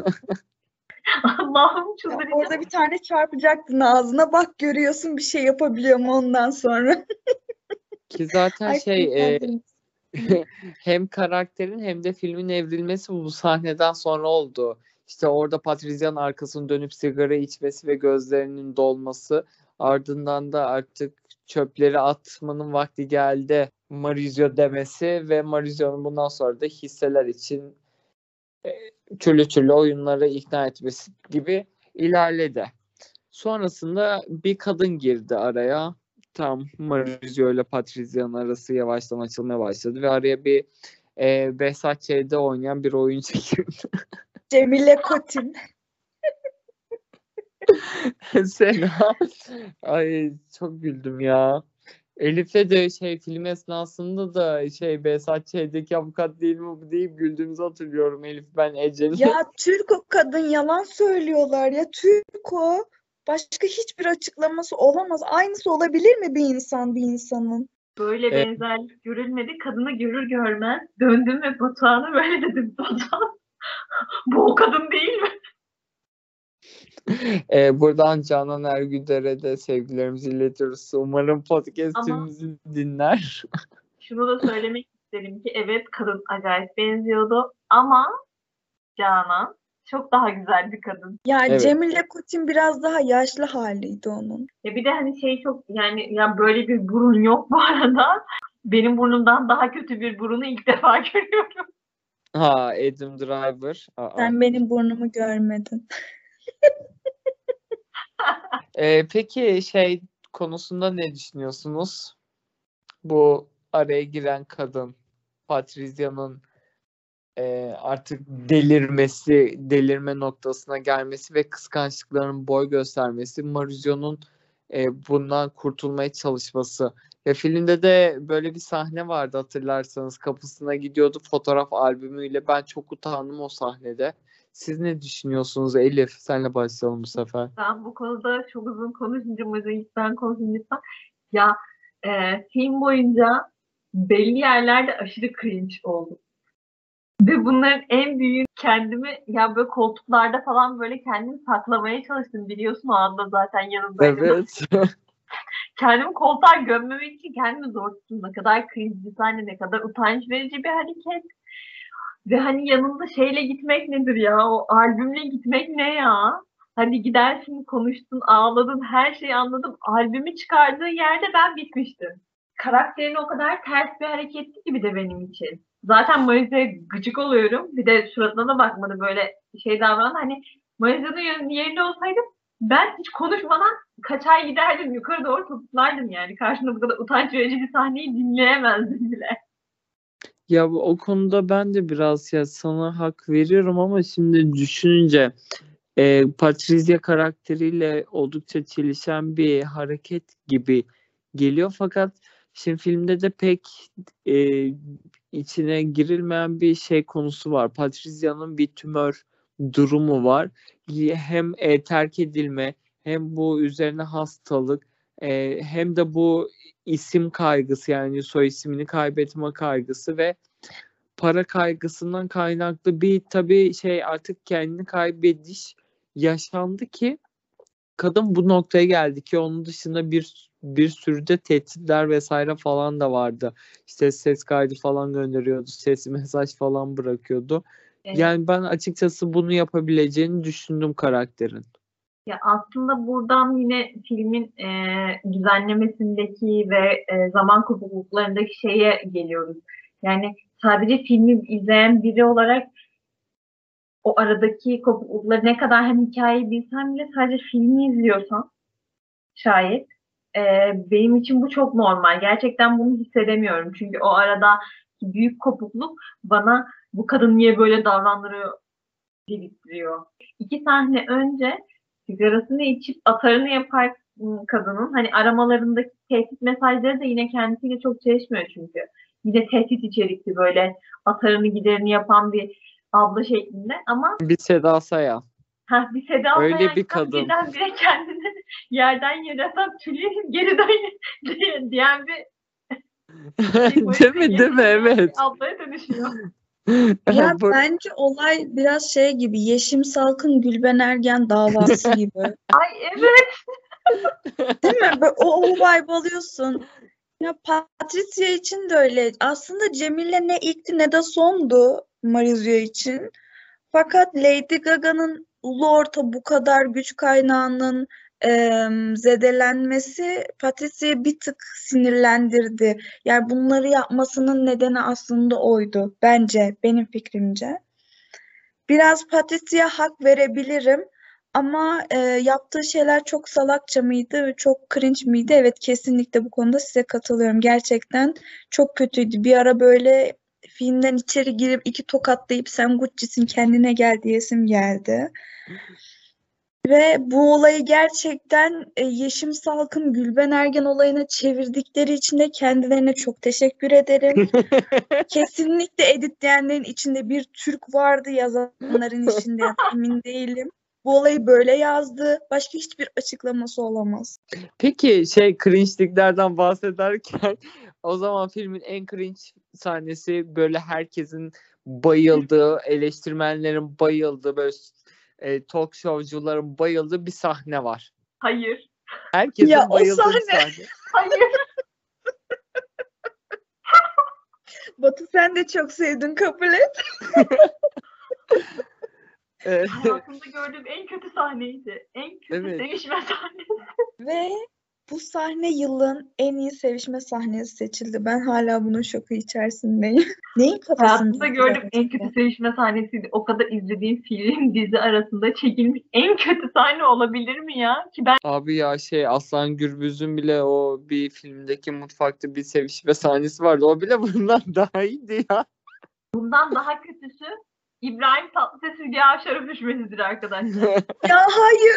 Allah'ım Ya çıldıracağım. orada bir tane çarpacaktın ağzına. Bak görüyorsun bir şey yapabiliyor mu ondan sonra. Ki zaten Ay şey e, sinirlendim. hem karakterin hem de filmin evrilmesi bu sahneden sonra oldu. İşte orada Patrizia'nın arkasını dönüp sigara içmesi ve gözlerinin dolması, ardından da artık çöpleri atmanın vakti geldi Maurizio demesi ve Maurizio'nun bundan sonra da hisseler için e, türlü türlü oyunlara ikna etmesi gibi ilerledi. Sonrasında bir kadın girdi araya. Tam Maurizio ile Patrizia'nın arası yavaştan açılmaya başladı ve araya bir e, Behzat Ç'de oynayan bir oyuncu girdi. Cemile Kotin. Sena. Ay çok güldüm ya. Elif'le de şey film esnasında da şey Behzat Ç'deki avukat değil mi bu deyip güldüğümüzü hatırlıyorum Elif ben Ece'nin. Ya Türk o kadın, yalan söylüyorlar ya, Türk o. Başka hiçbir açıklaması olamaz. Aynısı olabilir mi bir insan bir insanın? Böyle Evet. benzerlik görülmedi. Kadını görür görmez döndüm ve Batuhan'a böyle dedim. Batuhan bu o kadın değil mi? E, buradan Canan Ergüder'e de sevgilerimizi iletiyoruz. Umarım podcast'imizi dinler. Şunu da söylemek isterim ki evet kadın acayip benziyordu ama Canan çok daha güzel bir kadın. Ya Evet. Cemile Kotin biraz daha yaşlı haliydi onun. Ya bir de hani şey çok yani ya böyle bir burun yok bu arada. Benim burnumdan daha kötü bir burunu ilk defa görüyorum. Ha Adam Driver. Aa. Sen benim burnumu görmedin. Ee, peki şey konusunda ne düşünüyorsunuz? Bu araya giren kadın Patrizia'nın e, artık delirmesi, delirme noktasına gelmesi ve kıskançlıkların boy göstermesi, Maurizio'nun e, bundan kurtulmaya çalışması. Ve filmde de böyle bir sahne vardı hatırlarsanız. Kapısına gidiyordu fotoğraf albümüyle. Ben çok utandım o sahnede. Siz ne düşünüyorsunuz Elif? Senle başlayalım bu sefer. Ben bu konuda çok uzun konuşunca o yüzden ilk ben konuşayım lütfen. Ya e, film boyunca belli yerlerde aşırı cringe oldum. Ve bunların en büyüğü kendimi ya böyle koltuklarda falan böyle kendimi saklamaya çalıştım biliyorsun o anda zaten yanındaydım. Evet. Kendimi koltuğa gömmemek için kendimi zor tuttum. Ne kadar cringe bir sahne, ne kadar utanç verici bir hareket. Ve hani yanında şeyle gitmek nedir ya? O albümle gitmek ne ya? Hani gidersin, konuştun, ağladın, her şeyi anladım. Albümü çıkardığı yerde ben bitmiştim. Karakterin o kadar ters bir hareketti ki bir de benim için. Zaten Mariza'ya gıcık oluyorum. Bir de suratına da bakmadı böyle şey davrandı. Hani Mariza'nın yerinde olsaydım ben hiç konuşmadan kaçar giderdim. Yukarı doğru topuklardım yani. Karşımda bu kadar utanç verici bir sahneyi dinleyemezdim bile. Ya bu- o konuda ben de biraz ya sana hak veriyorum ama şimdi düşününce e, Patrizia karakteriyle oldukça çelişen bir hareket gibi geliyor fakat şimdi filmde de pek e, içine girilmeyen bir şey konusu var. Patrizia'nın bir tümör durumu var. Hem e, terk edilme hem bu üzerine hastalık E, hem de bu isim kaygısı, yani soy ismini kaybetme kaygısı ve para kaygısından kaynaklı bir tabii şey, artık kendini kaybediş yaşandı ki kadın bu noktaya geldi ki onun dışında bir bir sürü de tehditler vesaire falan da vardı. İşte ses kaydı falan gönderiyordu, ses mesaj falan bırakıyordu. Evet. Yani ben açıkçası bunu yapabileceğini düşündüm karakterin. Ya aslında buradan yine filmin e, düzenlemesindeki ve e, zaman kopukluklarındaki şeye geliyoruz. Yani sadece filmi izleyen biri olarak o aradaki kopuklukları, ne kadar hem hikayeyi bilsem bile sadece filmi izliyorsam şayet e, benim için bu çok normal. Gerçekten bunu hissedemiyorum. Çünkü o arada büyük kopukluk bana bu kadın niye böyle davranıyor dedirtiyor. İki sahne önce sigarasını içip atarını yapar kadının. Hani aramalarındaki tehdit mesajları da yine kendisiyle çok çelişmiyor çünkü. Yine tehdit içerikli, böyle atarını giderini yapan bir abla şeklinde ama Bir Seda Sayan. heh, bir Seda Öyle Sayan bir kadın. birdenbire kendini yerden yere atıp Tülin geri dön diyen bir Değil mi? Değil mi? Evet. ablaya dönüşüyor. Ya Bu- bence olay biraz şey gibi, Yeşim Salkın Gülben Ergen davası gibi. Ay evet. Değil mi? Böyle o, o vibe alıyorsun. Ya Patricia için de öyle. Aslında Cemile ne ilkti ne de sondu Marizio için. Fakat Lady Gaga'nın ulu orta bu kadar güç kaynağının em, zedelenmesi Patricia'yı bir tık sinirlendirdi. Yani bunları yapmasının nedeni aslında oydu. Bence, benim fikrimce. Biraz Patricia'ya hak verebilirim. Ama e, yaptığı şeyler çok salakça mıydı ve çok cringe miydi? Evet, kesinlikle bu konuda size katılıyorum. Gerçekten çok kötüydü. Bir ara böyle filmden içeri girip iki tokatlayıp sen Gucci'sin kendine gel diyesim geldi. Ve bu olayı gerçekten e, Yeşim Salkım Gülben Ergen olayına çevirdikleri için de kendilerine çok teşekkür ederim. Kesinlikle editleyenlerin içinde bir Türk vardı, yazanların içinde, ya da emin değilim. Bu olayı böyle yazdı. Başka hiçbir açıklaması olamaz. Peki şey, cringe'liklerden bahsederken o zaman filmin en cringe sahnesi, böyle herkesin bayıldığı, eleştirmenlerin bayıldığı, böyle e, talk showcuların bayıldığı bir sahne var. Hayır. Herkesin Ya o bayıldığı bir sahne. sahne. Hayır. Batu, sen de çok sevdin, kabul et. E, Hayatımda gördüğüm en kötü sahneydi. En kötü Evet. sevişme sahnesi. Ve bu sahne yılın en iyi sevişme sahnesi seçildi. Ben hala bunun şoku içerisindeyim. Neyin kafasında? Hayatımda gördüğüm en kötü sevişme sahnesiydi. O kadar izlediğim film, dizi arasında çekilmiş en kötü sahne olabilir mi ya? Ki ben Abi ya şey, Aslan Gürbüz'ün bile o bir filmdeki mutfakta bir sevişme sahnesi vardı. O bile bundan daha iyiydi ya. bundan daha kötüsü İbrahim Tatlıses Hülya Avşar'a düşmesidir arkadaşlar. Ya hayır.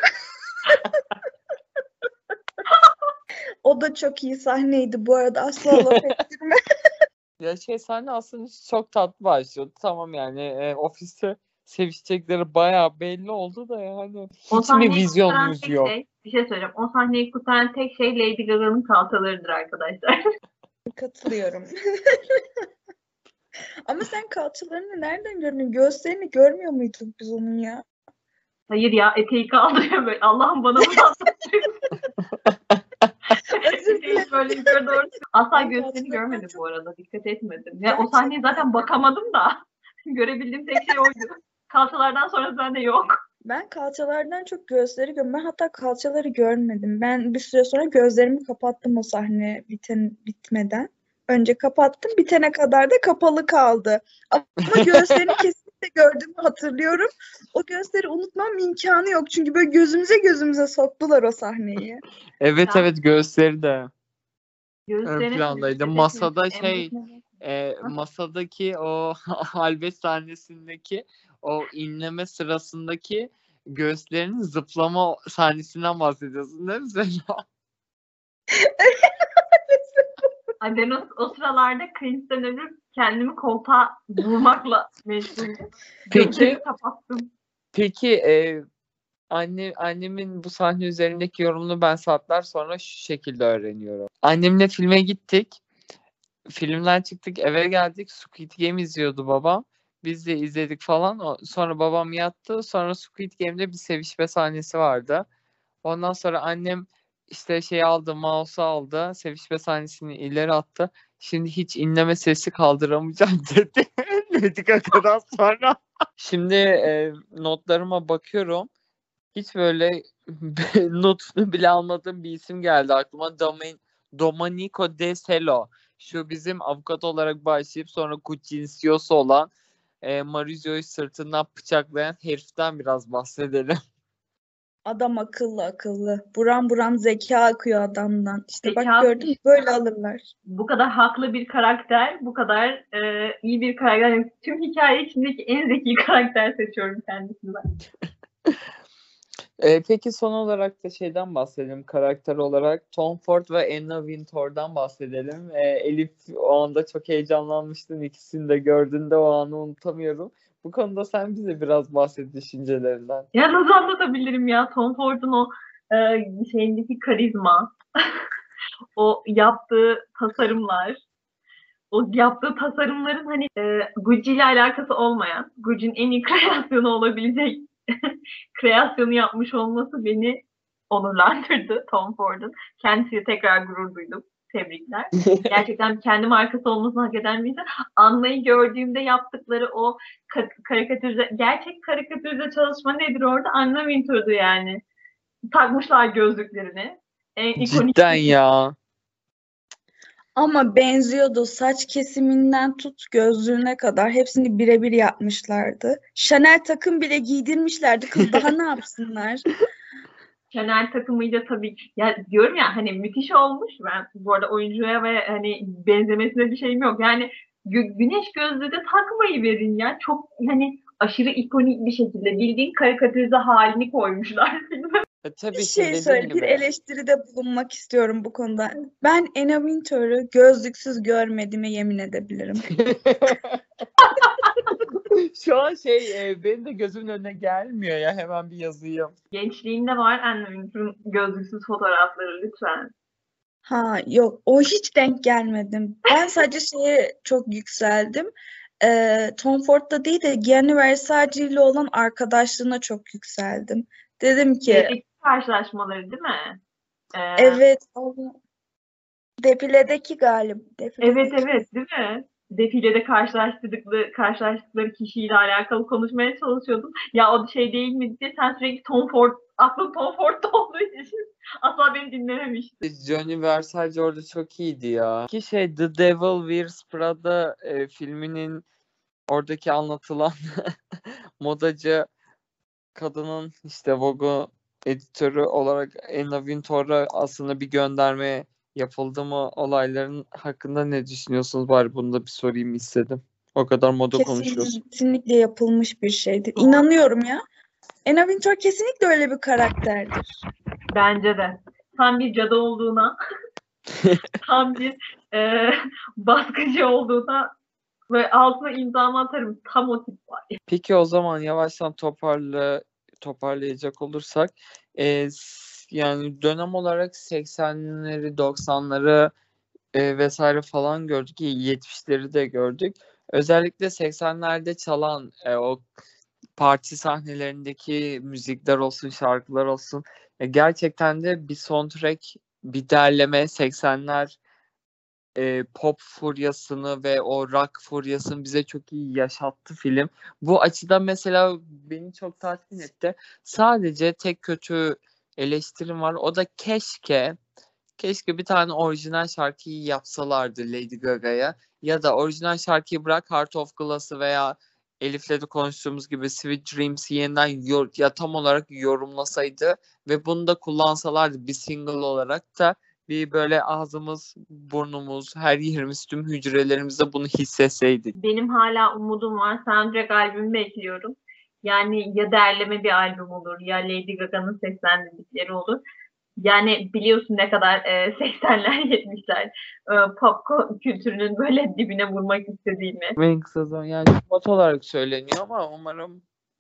O da çok iyi sahneydi bu arada. Asla laf ettirme. Ya şey, sahne aslında çok tatlı başlıyordu. Tamam yani e, ofiste sevişecekleri bayağı belli oldu da yani O hiç mi sahneyi kurtaran vizyonunuz tek yok? şey, bir şey söyleyeceğim. O sahneyi kurtaran tek şey Lady Gaga'nın kalçalarıdır arkadaşlar. Katılıyorum. Ama sen kalçalarını nereden gördün? Göğüslerini görmüyor muyduk biz onun ya? Hayır ya, eteği kaldırıyor böyle. Allah'ım bana bunu anlatıyor. Özür dilerim. Böyle yukarı doğru. Asla Ben göğslerini kalçalarından görmedim çok- bu arada. Dikkat etmedim. Ya o sahneye zaten bakamadım da. Görebildiğim tek şey oydu. Kalçalardan sonra bende yok. Ben kalçalardan çok göğüsleri görmedim. Ben hatta kalçaları görmedim. Ben bir süre sonra gözlerimi kapattım o sahne biten, bitmeden. Önce kapattım, bitene kadar da kapalı kaldı. Ama göğüslerini kesinlikle gördüğümü hatırlıyorum. O göğüsleri unutmam imkanı yok. Çünkü böyle gözümüze gözümüze soktular o sahneyi. Evet Ya. evet, göğüsleri de Göğüslerini ön plandaydı. dikkat Masada etmedim. şey, Emretmedim. e, masadaki o halvet sahnesindeki o inleme sırasındaki göğüslerinin zıplama sahnesinden bahsediyorsun değil mi sen? Ay ben o, o sıralarda cringe'den ölüp kendimi koltuğa vurmakla meşguldüm. Peki. Gözlerimi kapattım. Peki e, Anne, annemin bu sahne üzerindeki yorumunu ben saatler sonra şu şekilde öğreniyorum. Annemle filme gittik. Filmden çıktık, eve geldik. Squid Game izliyordu babam. Biz de izledik falan. O- Sonra babam yattı. Sonra Squid Game'de bir sevişme sahnesi vardı. Ondan sonra annem işte şey aldı, mouse'u aldı. Sevişme sahnesini ileri attı. Şimdi hiç inleme sesi kaldıramayacağım dedi. Lady Gaga'dan sonra. Şimdi e, notlarıma bakıyorum. Hiç böyle notunu bile almadığım bir isim geldi aklıma. Domin, Domenico De Selo. Şu bizim avukat olarak başlayıp sonra Kucinsiyosu olan e, Maurizio'yu sırtından bıçaklayan heriften biraz bahsedelim. Adam akıllı akıllı. Buram buram zeka akıyor adamdan. İşte bak Zeka- gördün mü? Böyle alırlar. Bu kadar haklı bir karakter, bu kadar e, iyi bir karakter. Yani tüm hikaye içindeki en zeki karakter seçiyorum kendisinden. E, peki son olarak da şeyden bahsedelim. Karakter olarak Tom Ford ve Anna Wintour'dan bahsedelim. E, Elif o anda çok heyecanlanmıştın. İkisini de gördüğünde o anı unutamıyorum. Bu konuda sen bize biraz bahset düşüncelerinden. Ya nasıl anlatabilirim ya Tom Ford'un o e, şeyindeki karizma, o yaptığı tasarımlar, o yaptığı tasarımların hani e, Gucci ile alakası olmayan, Gucci'nin en iyi kreasyonu olabilecek kreasyonu yapmış olması beni onurlandırdı Tom Ford'un. Kendisiyle tekrar gurur duydum. Tebrikler. Gerçekten kendi markası olmasını hak eden bir insan. Anna'yı gördüğümde yaptıkları o ka- karikatürize, gerçek karikatürize çalışma nedir orada? Anna Wintour'du yani. Takmışlar gözlüklerini. En ikonik Cidden ya. Ama benziyordu. Saç kesiminden tut gözlüğüne kadar hepsini birebir yapmışlardı. Chanel takım bile giydirmişlerdi. Kız daha ne yapsınlar? Chanel takımıyla tabii ki. Ya diyorum ya hani müthiş olmuş. Ben bu arada oyuncuya ve hani benzemesine bir şeyim yok. Yani gü- güneş gözlüğü de takmayı verin ya. Çok hani aşırı ikonik bir şekilde bildiğin karikatürize halini koymuşlar. E, tabii Bir ki şey dediğin söyle, bir gibi. eleştiride bulunmak istiyorum bu konuda. Ben Anna Wintour'u gözlüksüz görmediğime yemin edebilirim. Şu an şey e, benim de gözümün önüne gelmiyor ya, hemen bir yazayım. Gençliğinde var Anne Wintour'un gözlüksüz fotoğrafları lütfen. Ha yok, o hiç denk gelmedim. Ben sadece şeye çok yükseldim. Ee, Tom Ford'da değil de Gianni Versace ile olan arkadaşlığına çok yükseldim. Dedim ki Şeydeki karşılaşmaları değil mi? Ee, evet, Allah. Defiledeki galiba. Evet Defiledeki. evet değil mi? Defilede karşılaştırdıkları, karşılaştıkları kişiyle alakalı konuşmaya çalışıyordum. Ya o şey değil mi diye sen sürekli Tom Ford, aklım Tom Ford'da olduğu için asla beni dinlememiştin. Johnny Versace orada çok iyiydi ya. Ki şey The Devil Wears Prada e, filminin oradaki anlatılan modacı kadının işte Vogue editörü olarak Anna Wintour'a aslında bir gönderme yapıldı mı, olayların hakkında ne düşünüyorsunuz? Bari bunu da bir sorayım istedim. O kadar moda konuşuyoruz. Kesin, kesinlikle yapılmış bir şeydir. İnanıyorum ya. Anna Wintour kesinlikle öyle bir karakterdir. Bence de. Tam bir cadı olduğuna, tam bir e, baskıcı olduğuna ve altına imzamı atarım. Tam o tip var. Peki o zaman yavaştan toparla toparlayacak olursak e, s- yani dönem olarak seksenleri doksanları e, vesaire falan gördük, ki yetmişleri de gördük. Özellikle seksenlerde çalan e, o parti sahnelerindeki müzikler olsun, şarkılar olsun, e, gerçekten de bir soundtrack, bir derleme. seksenler e, pop furyasını ve o rock furyasını bize çok iyi yaşattı film. Bu açıdan mesela beni çok tatmin etti. Sadece tek kötü eleştirim var. O da keşke keşke bir tane orijinal şarkıyı yapsalardı Lady Gaga'ya. Ya da orijinal şarkıyı bırak, Heart of Glass'ı veya Elif'le de konuştuğumuz gibi Sweet Dreams'i yeniden yor- ya tam olarak yorumlasaydı ve bunu da kullansalardı bir single olarak da, bir böyle ağzımız, burnumuz, her yerimiz, tüm hücrelerimizde bunu hissetseydik. Benim hala umudum var. Soundtrack albümü bekliyorum. Yani ya derleme bir albüm olur ya Lady Gaga'nın seslendirdikleri olur. Yani biliyorsun ne kadar e, seksenler yetmişler e, pop ko- kültürünün böyle dibine vurmak istediğimi. En kısa zaman yani Şubat olarak söyleniyor ama umarım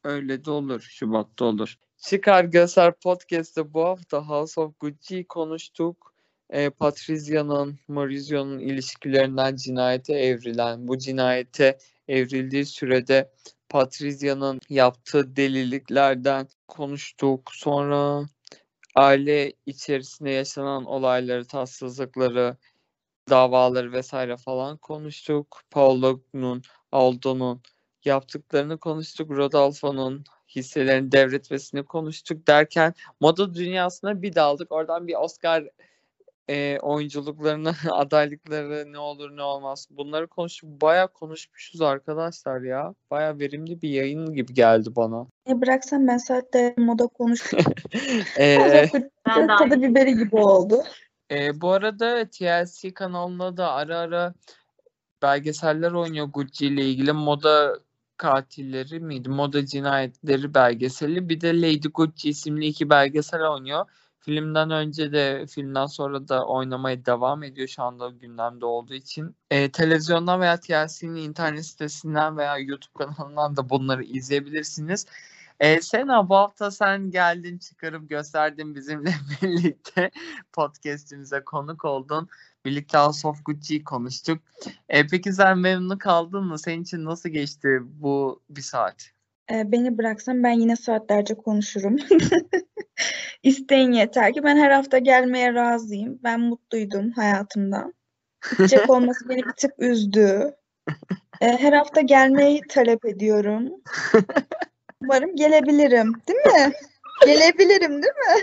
Öyle de olur. Şubat'ta olur. Çıkar Göster Podcast'te bu hafta House of Gucci'yi konuştuk. E, Patrizia'nın, Maurizio'nun ilişkilerinden cinayete evrilen, bu cinayete evrildiği sürede Patrizia'nın yaptığı deliliklerden konuştuk. Sonra aile içerisinde yaşanan olayları, tatsızlıkları, davaları vesaire falan konuştuk. Paolo'nun, Aldo'nun yaptıklarını konuştuk. Rodolfo'nun hisselerini devretmesini konuştuk derken moda dünyasına bir daldık. Oradan bir Oscar e, oyunculuklarını, adaylıkları ne olur ne olmaz bunları konuştuk. Bayağı konuşmuşuz arkadaşlar ya. Bayağı verimli bir yayın gibi geldi bana. E bıraksam ben saatte moda konuştum. E, Ben de Tadı aynı. biberi gibi oldu. e, bu arada T L C kanalında da ara ara belgeseller oynuyor Gucci ile ilgili. Moda katilleri miydi? Moda cinayetleri belgeseli. Bir de Lady Gucci isimli iki belgesel oynuyor. Filmden önce de filmden sonra da oynamaya devam ediyor şu anda gündemde olduğu için. E, televizyondan veya T L C'nin internet sitesinden veya YouTube kanalından da bunları izleyebilirsiniz. E, Sena, bu hafta sen geldin, çıkarıp gösterdin bizimle birlikte podcast'imize konuk oldun. Birlikte House of Gucci'yi konuştuk. E, peki sen memnun kaldın mı? Senin için nasıl geçti bu bir saat? E, beni bıraksam ben yine saatlerce konuşurum. İsteyin yeter ki ben her hafta gelmeye razıyım. Ben mutluydum hayatımdan. Gidecek olması beni bir tık üzdü. E, her hafta gelmeyi talep ediyorum. Umarım gelebilirim, değil mi? Gelebilirim, değil mi?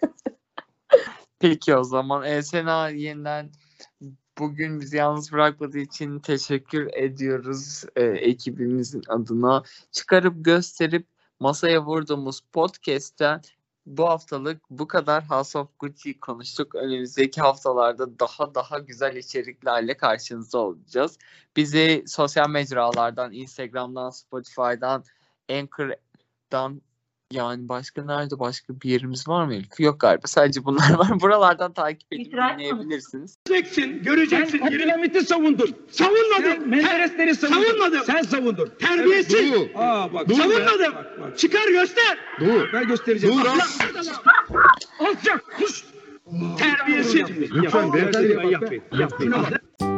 Peki o zaman e, Sena yeniden bugün bizi yalnız bırakmadığı için teşekkür ediyoruz e, ekibimizin adına. Çıkarıp gösterip masaya vurduğumuz podcast'ten bu haftalık bu kadar House of Gucci'yi konuştuk. Önümüzdeki haftalarda daha daha güzel içeriklerle karşınızda olacağız. Bizi sosyal mecralardan, Instagram'dan, Spotify'dan, Anchor'dan, yani başka nerede başka bir yerimiz var mı Elif? Yok galiba. Sadece bunlar var. Buralardan takip edip İtiraz mı? dinleyebilirsiniz. Göreceksin, göreceksin. Sen Abdülhamit'i savundun. Savunmadım. Sen Menderesleri savundun. Savunmadım. Sen savundun. Terbiyesiz. Evet, Aa bak. Savunmadım. Bak, bak. Çıkar göster. Dur. Ben göstereceğim. Dur. Alçak. Kuş. Terbiyesiz. Lütfen beyefendi yapmayın. Yapmayın.